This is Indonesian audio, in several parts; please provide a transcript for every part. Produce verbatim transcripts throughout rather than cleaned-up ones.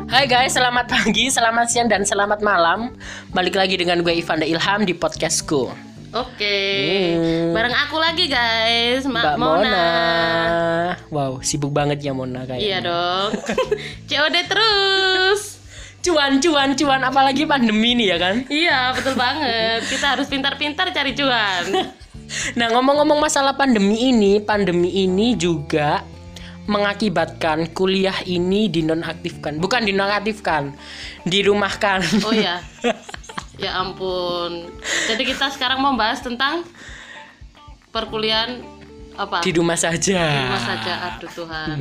Hai guys, selamat pagi, selamat siang, dan selamat malam. Balik lagi dengan gue Ivanda Ilham di podcastku. Oke, Hmm. bareng aku lagi guys, Mbak, Mbak Mona. Mona. Wow, sibuk banget ya Mona kayaknya. Iya dong. C O D terus. Cuan, cuan, cuan, apalagi pandemi nih ya kan. Iya, betul banget. Kita harus pintar-pintar cari cuan. Nah, ngomong-ngomong masalah pandemi ini, pandemi ini juga mengakibatkan kuliah ini dinonaktifkan. Bukan dinonaktifkan, dirumahkan. Oh iya. Ya ampun. Jadi kita sekarang mau bahas tentang perkuliahan apa? Di rumah saja. Di rumah saja. Aduh Tuhan.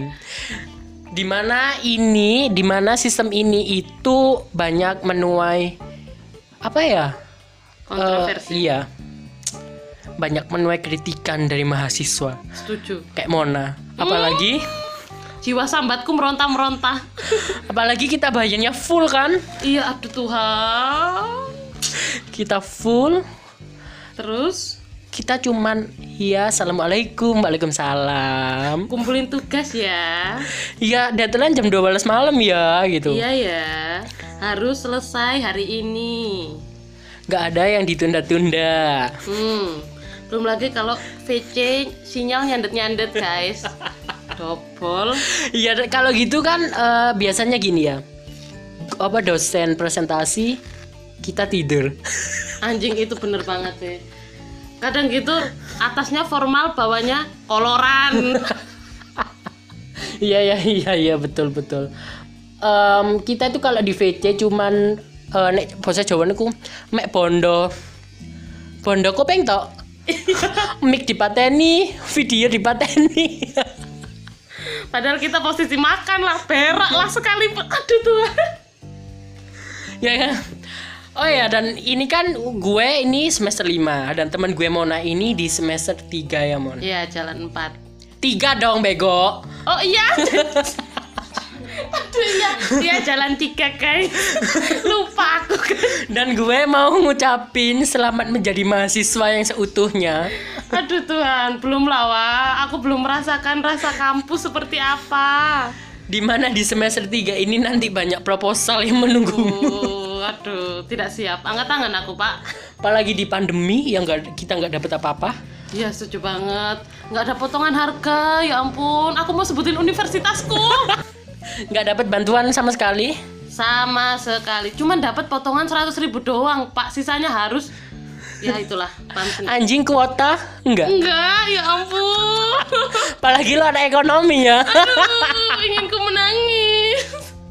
Dimana ini, dimana sistem ini itu banyak menuai apa ya? Kontroversi. Eh, iya. Banyak menuai kritikan dari mahasiswa. Setuju. Kayak Mona. Apalagi Jiwa sambatku meronta-meronta. apalagi kita bayarnya full kan? Iya, aduh Tuhan. Kita full, Terus kita cuman ya assalamualaikum, waalaikumsalam. kumpulin tugas ya. Iya, deadline jam dua belas malam ya gitu. Iya ya. Harus selesai hari ini. Gak ada yang ditunda-tunda. Hmm. Belum lagi kalau V C sinyal nyandet-nyandet guys. Dobol. Iya, kalau gitu kan eh, biasanya gini ya. Apa dosen presentasi kita tidur. Anjing itu bener banget deh. Kadang gitu atasnya formal, bawahnya koloran. Iya iya iya iya betul betul. Em, kita itu kalau di V C cuman eh, nek bahasa Jawa niku mek bondo. Bondo kopeng tok. Mic dipateni, video dipateni. Padahal kita posisi makan lah, berak lah sekalipun. Aduh Tuhan. Ya ya. Oh ya, dan ini kan gue ini semester lima dan teman gue Mona ini di semester tiga ya Mon. Iya, jalan empat. Tiga dong bego. Oh iya. Aduh iya, dia jalan tiga guys. Lupa aku kan. Dan gue mau ngucapin selamat menjadi mahasiswa yang seutuhnya. Aduh Tuhan, belum lawa. Aku belum merasakan rasa kampus seperti apa. Dimana di semester tiga ini nanti banyak proposal yang menunggu. Oh, aduh, tidak siap. Angkat tangan aku, Pak. Apalagi di pandemi yang gak, kita nggak dapat apa-apa. Iya, setuju banget. Nggak ada potongan harga, ya ampun. Aku mau sebutin universitasku. Nggak dapat bantuan sama sekali. Sama sekali. Cuman dapat potongan seratus ribu doang, Pak. Sisanya harus, ya itulah. Paham. Anjing kuota enggak. Enggak, ya ampun. Apalagi lo ada ekonomi ya. Aduh, ingin ku menangis.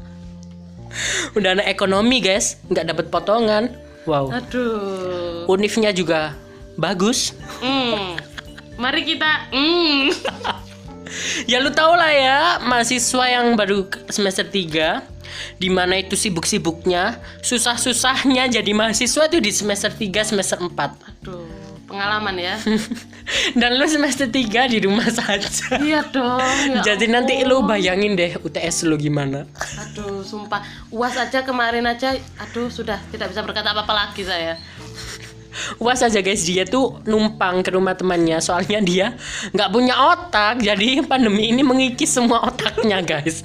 Udah anak ekonomi guys, nggak dapat potongan. Wow. Aduh. Unifnya juga bagus. Hmm. Mari kita. Hmm. Ya lu tau lah ya, mahasiswa yang baru semester tiga, dimana itu sibuk-sibuknya, susah-susahnya jadi mahasiswa tuh di semester tiga, semester empat. Aduh, pengalaman ya. Dan lu semester tiga di rumah saja. Iya dong. Ya Jadi ampun. nanti lu bayangin deh U T S lu gimana. Aduh, sumpah. U A S aja kemarin aja, aduh sudah tidak bisa berkata apa-apa lagi saya. U A S aja guys, dia tuh numpang ke rumah temannya. Soalnya dia nggak punya otak. Jadi pandemi ini mengikis semua otaknya guys.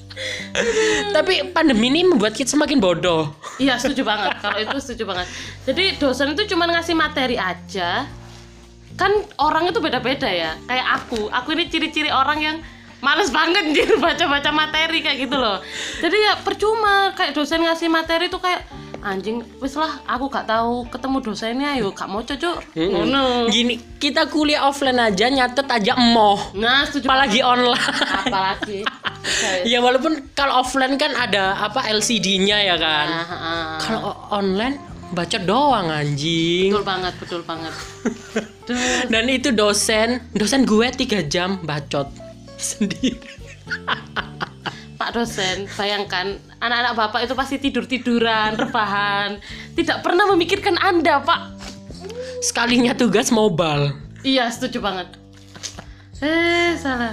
Tapi pandemi ini membuat kita semakin bodoh. Iya, setuju banget. Kalau itu setuju banget. Jadi dosen itu cuma ngasih materi aja. Kan orang itu beda-beda ya. Kayak aku. Aku ini ciri-ciri orang yang males banget gitu baca-baca materi kayak gitu loh. Jadi ya percuma. Kayak dosen ngasih materi tuh kayak anjing, wis lah aku gak tahu ketemu dosennya, yuk gak mau cocok. Mm-mm. Ngono. Gini, kita kuliah offline aja nyatet aja emoh. Nah, setuju. Apalagi online. Apalagi. Ya walaupun kalau offline kan ada apa L C D-nya ya kan. Nah, uh, Kalau o- online baca doang anjing. betul banget, betul banget. Duh. Dan itu dosen, dosen gue tiga jam bacot sendiri. Pak dosen, bayangkan anak-anak bapak itu pasti tidur-tiduran, rebahan, tidak pernah memikirkan Anda, Pak. Sekalinya tugas mobile. Iya, setuju banget. Eh, salah.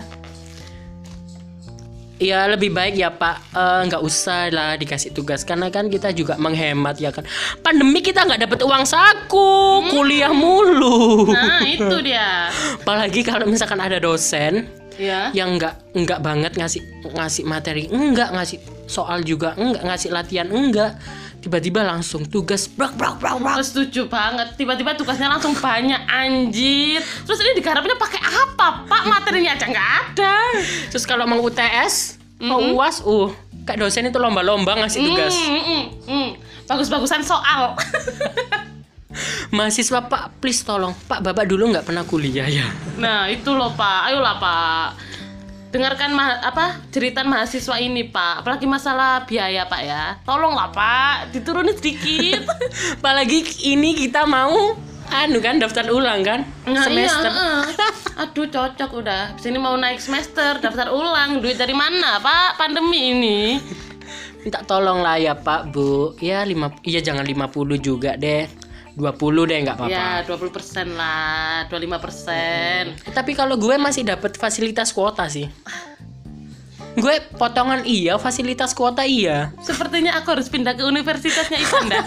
Ya lebih baik ya Pak, eh, nggak usah lah dikasih tugas karena kan kita juga menghemat ya kan. Pandemi kita nggak dapat uang saku, kuliah mulu. Nah, itu dia. Apalagi kalau misalkan ada dosen Iya. Yang enggak enggak banget ngasih ngasih materi, enggak ngasih soal juga, enggak ngasih latihan, enggak. Tiba-tiba langsung tugas brak brak brak brak. Setuju banget. Tiba-tiba tugasnya langsung banyak, anjir. Terus ini digarapnya pakai apa, Pak? Materinya aja nggak ada. Terus kalau mau U T S, mau U A S, uh, kayak dosen itu lomba-lomba ngasih tugas. Mm, mm, mm. Bagus-bagusan soal. Mahasiswa, Pak, please tolong. Pak, Bapak dulu nggak pernah kuliah ya? Nah, itu loh, Pak. Ayolah, Pak. Dengarkan ma- apa jeritan mahasiswa ini, Pak. Apalagi masalah biaya, Pak ya. Tolonglah, Pak, diturunin sedikit. Apalagi ini kita mau anu kan daftar ulang kan Nah, semester. Iya, uh. Aduh, cocok udah. Sini mau naik semester, daftar ulang. Duit dari mana, Pak? Pandemi ini. Minta tolong lah ya, Pak, Bu. Ya lima iya jangan lima puluh juga deh. dua puluh deh nggak apa-apa. Ya, dua puluh persen lah, dua puluh lima persen. Tapi kalau gue masih dapat fasilitas kuota sih. Gue potongan iya, fasilitas kuota iya. Sepertinya aku harus pindah ke universitasnya Ivanda.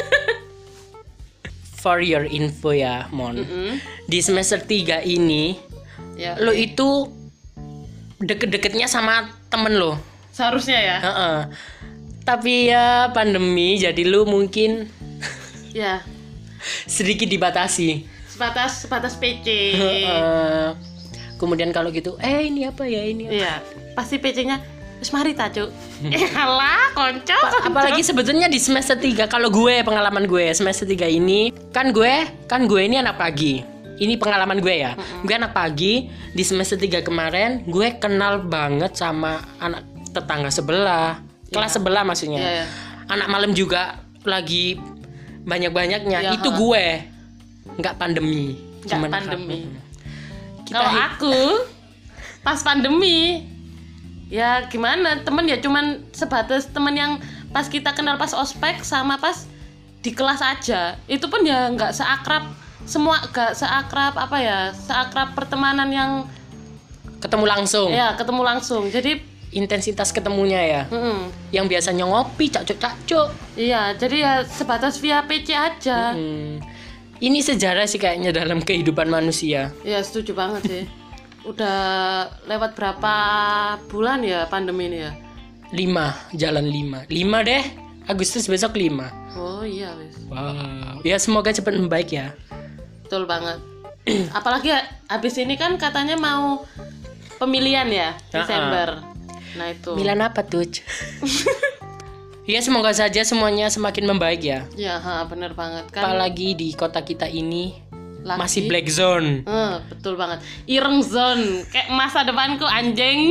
For your info ya, Mon. Mm-mm. Di semester tiga ini, Ya, lo itu deket-deketnya sama temen lo. seharusnya ya. Heeh. Tapi ya pandemi jadi lu mungkin Ya, sedikit dibatasi. sebatas sebatas P C. Heeh. Kemudian kalau gitu, eh ini apa ya ini? Apa? Iya, pasti P C-nya wis mari ta, Cuk. Eh, alah, konco. Pa- apalagi sebetulnya di semester tiga, kalau gue pengalaman gue semester tiga ini kan gue kan gue ini anak pagi. Ini pengalaman gue ya. Mm-hmm. Gue anak pagi di semester tiga kemarin gue kenal banget sama anak tetangga sebelah, kelas Yeah. sebelah maksudnya. Yeah, yeah. Anak malam juga lagi banyak-banyaknya. Yeah, Itu ha. gue nggak pandemi. Nggak Cuman pandemi. kita Kalau hi- aku pas pandemi, ya gimana? Temen ya cuman sebatas temen yang pas kita kenal pas ospek sama pas di kelas aja. Itu pun ya nggak seakrab semua, nggak seakrab apa ya, seakrab pertemanan yang ketemu langsung. ya ketemu langsung. Jadi Intensitas ketemunya ya. mm, Yang biasanya ngopi, cacuk-cacuk. iya, jadi ya sebatas via P C aja. Hmm. Ini sejarah sih kayaknya dalam kehidupan manusia. Ya setuju banget sih. Udah lewat berapa bulan ya pandemi ini ya? Lima, jalan lima. Lima deh, Agustus besok lima. Oh iya wis. Wow. Ya semoga cepat membaik ya. Betul banget. Apalagi ya, habis ini kan katanya mau pemilihan ya Desember. Nah itu. Milan apa tuh? Ya semoga saja semuanya semakin membaik ya. Ya, ha, bener banget kan. Apalagi di kota kita ini Lagi- masih black zone. Eh, betul banget. Ireng zone. Kayak masa depanku anjing.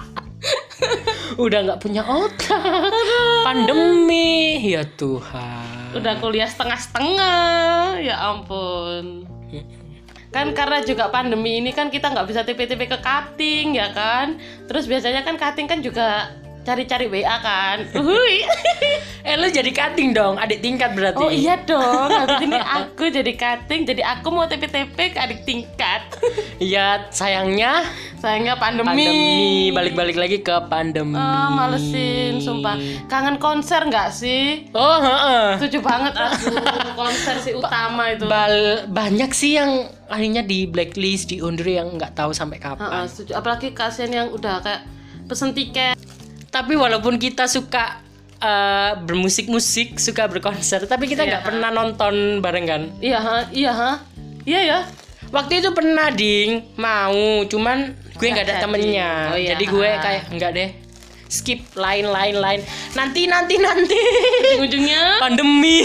Udah nggak punya otak. Pandemi, ya Tuhan. Udah kuliah setengah-setengah. Ya ampun. Kan karena juga pandemi ini kan kita nggak bisa T P T P ke cutting ya kan. Terus biasanya kan cutting kan juga cari-cari W A kan. Uhuy. Eh lu jadi cutting dong, adik tingkat berarti. Oh iya dong. Habis ini aku jadi cutting. Jadi aku mau T P T P ke adik tingkat. Iya, sayangnya Sayangnya pandemi. pandemi, balik-balik lagi ke pandemi. Ah, malesin, sumpah. Kangen konser nggak sih? Oh, heeh. Setuju banget aku. Konser sih utama itu. Bal- banyak sih yang akhirnya di blacklist, diundur yang nggak tahu sampai Ah, kapan. setuju. Apalagi kasihan yang udah kayak pesen tiket. Tapi walaupun kita suka uh, bermusik-musik, suka berkonser, tapi kita nggak Iya. pernah nonton bareng kan. Iya, ha? Iya, ha? Iya ya. Waktu itu pernah ding mau, cuman gue nggak ada Nggak jadi. temennya, Oh, iya. jadi gue kayak nggak deh, skip lain lain lain. Nanti nanti nanti. Ujung-ujungnya. Pandemi.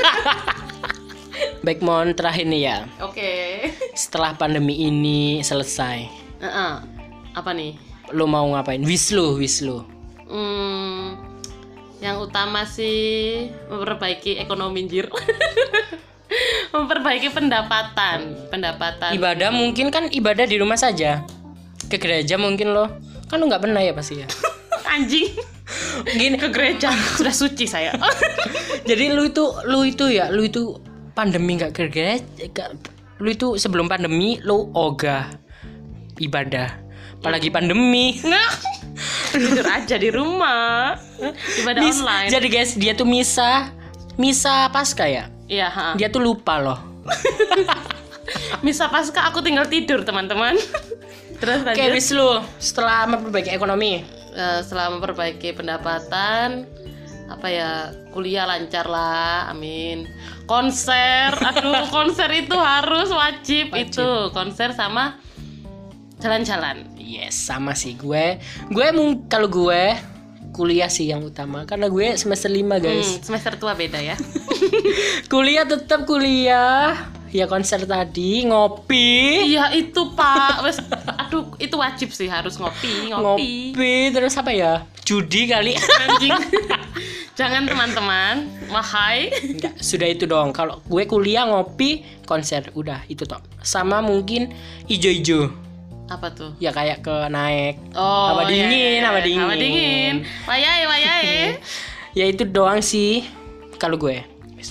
Baik Mon, terakhir nih ya. Oke. Setelah pandemi ini selesai, Heeh. Apa nih? lo mau ngapain? Wish lo, wish lo. Hmm, yang utama sih memperbaiki ekonomi jir. Memperbaiki pendapatan, pendapatan. Ibadah mungkin kan ibadah di rumah saja. Ke gereja mungkin lo. Kan lo nggak pernah ya pasti ya. Anjing. Gini. Ke gereja sudah suci saya. Jadi lu itu lu itu ya, lu itu pandemi nggak ke gereja, nggak- lu itu sebelum pandemi lu ogah ibadah. Apalagi pandemi. Nah, tidur aja di rumah. Ibadah Mis- online. Jadi guys, dia tuh misa misa pasca ya. Iya, ha. Dia tuh lupa loh. Misa pasca aku tinggal tidur, teman-teman. Terus Oke, lanjut. wish lu setelah memperbaiki ekonomi. Eh, setelah memperbaiki pendapatan, apa ya, kuliah lancar lah, amin. Konser, aduh konser itu harus wajib, Wajib. itu konser sama jalan-jalan. Yes, sama sih gue. Gue mung kalau gue kuliah sih yang utama karena gue semester lima, guys. Hmm, semester tua beda ya. Kuliah tetap kuliah. Ya konser tadi, ngopi. Iya itu Pak, wes, aduh itu wajib sih, harus ngopi, ngopi. Ngopi terus apa ya? Judi kali. Anjing. Jangan teman-teman, wahai. Enggak, sudah itu dong. Kalau gue kuliah ngopi, konser, udah itu toh. Sama mungkin ijo-ijo. Apa tuh? Ya kayak ke naik. Oh, Hawa dingin, iya, iya. hawa dingin. Hawa dingin. Wayai, wayai. Ya itu doang sih kalau gue.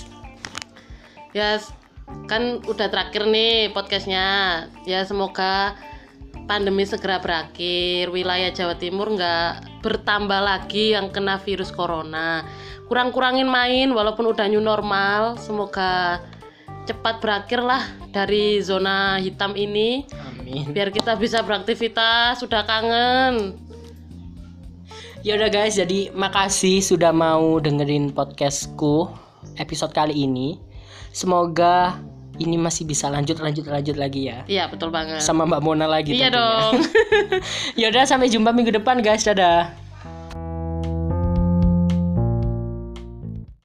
Ya kan udah terakhir nih podcastnya. Ya semoga pandemi segera berakhir, wilayah Jawa Timur nggak bertambah lagi yang kena virus corona. Kurang-kurangin main walaupun udah new normal. Semoga cepat berakhir lah dari zona hitam ini. Amin. Biar kita bisa beraktivitas, sudah kangen. Ya udah guys, jadi makasih sudah mau dengerin podcastku episode kali ini. Semoga ini masih bisa lanjut lanjut lanjut lagi ya. Iya betul banget. Sama Mbak Mona lagi Iya tentunya. dong. Ya udah, sampai jumpa minggu depan guys. Dadah.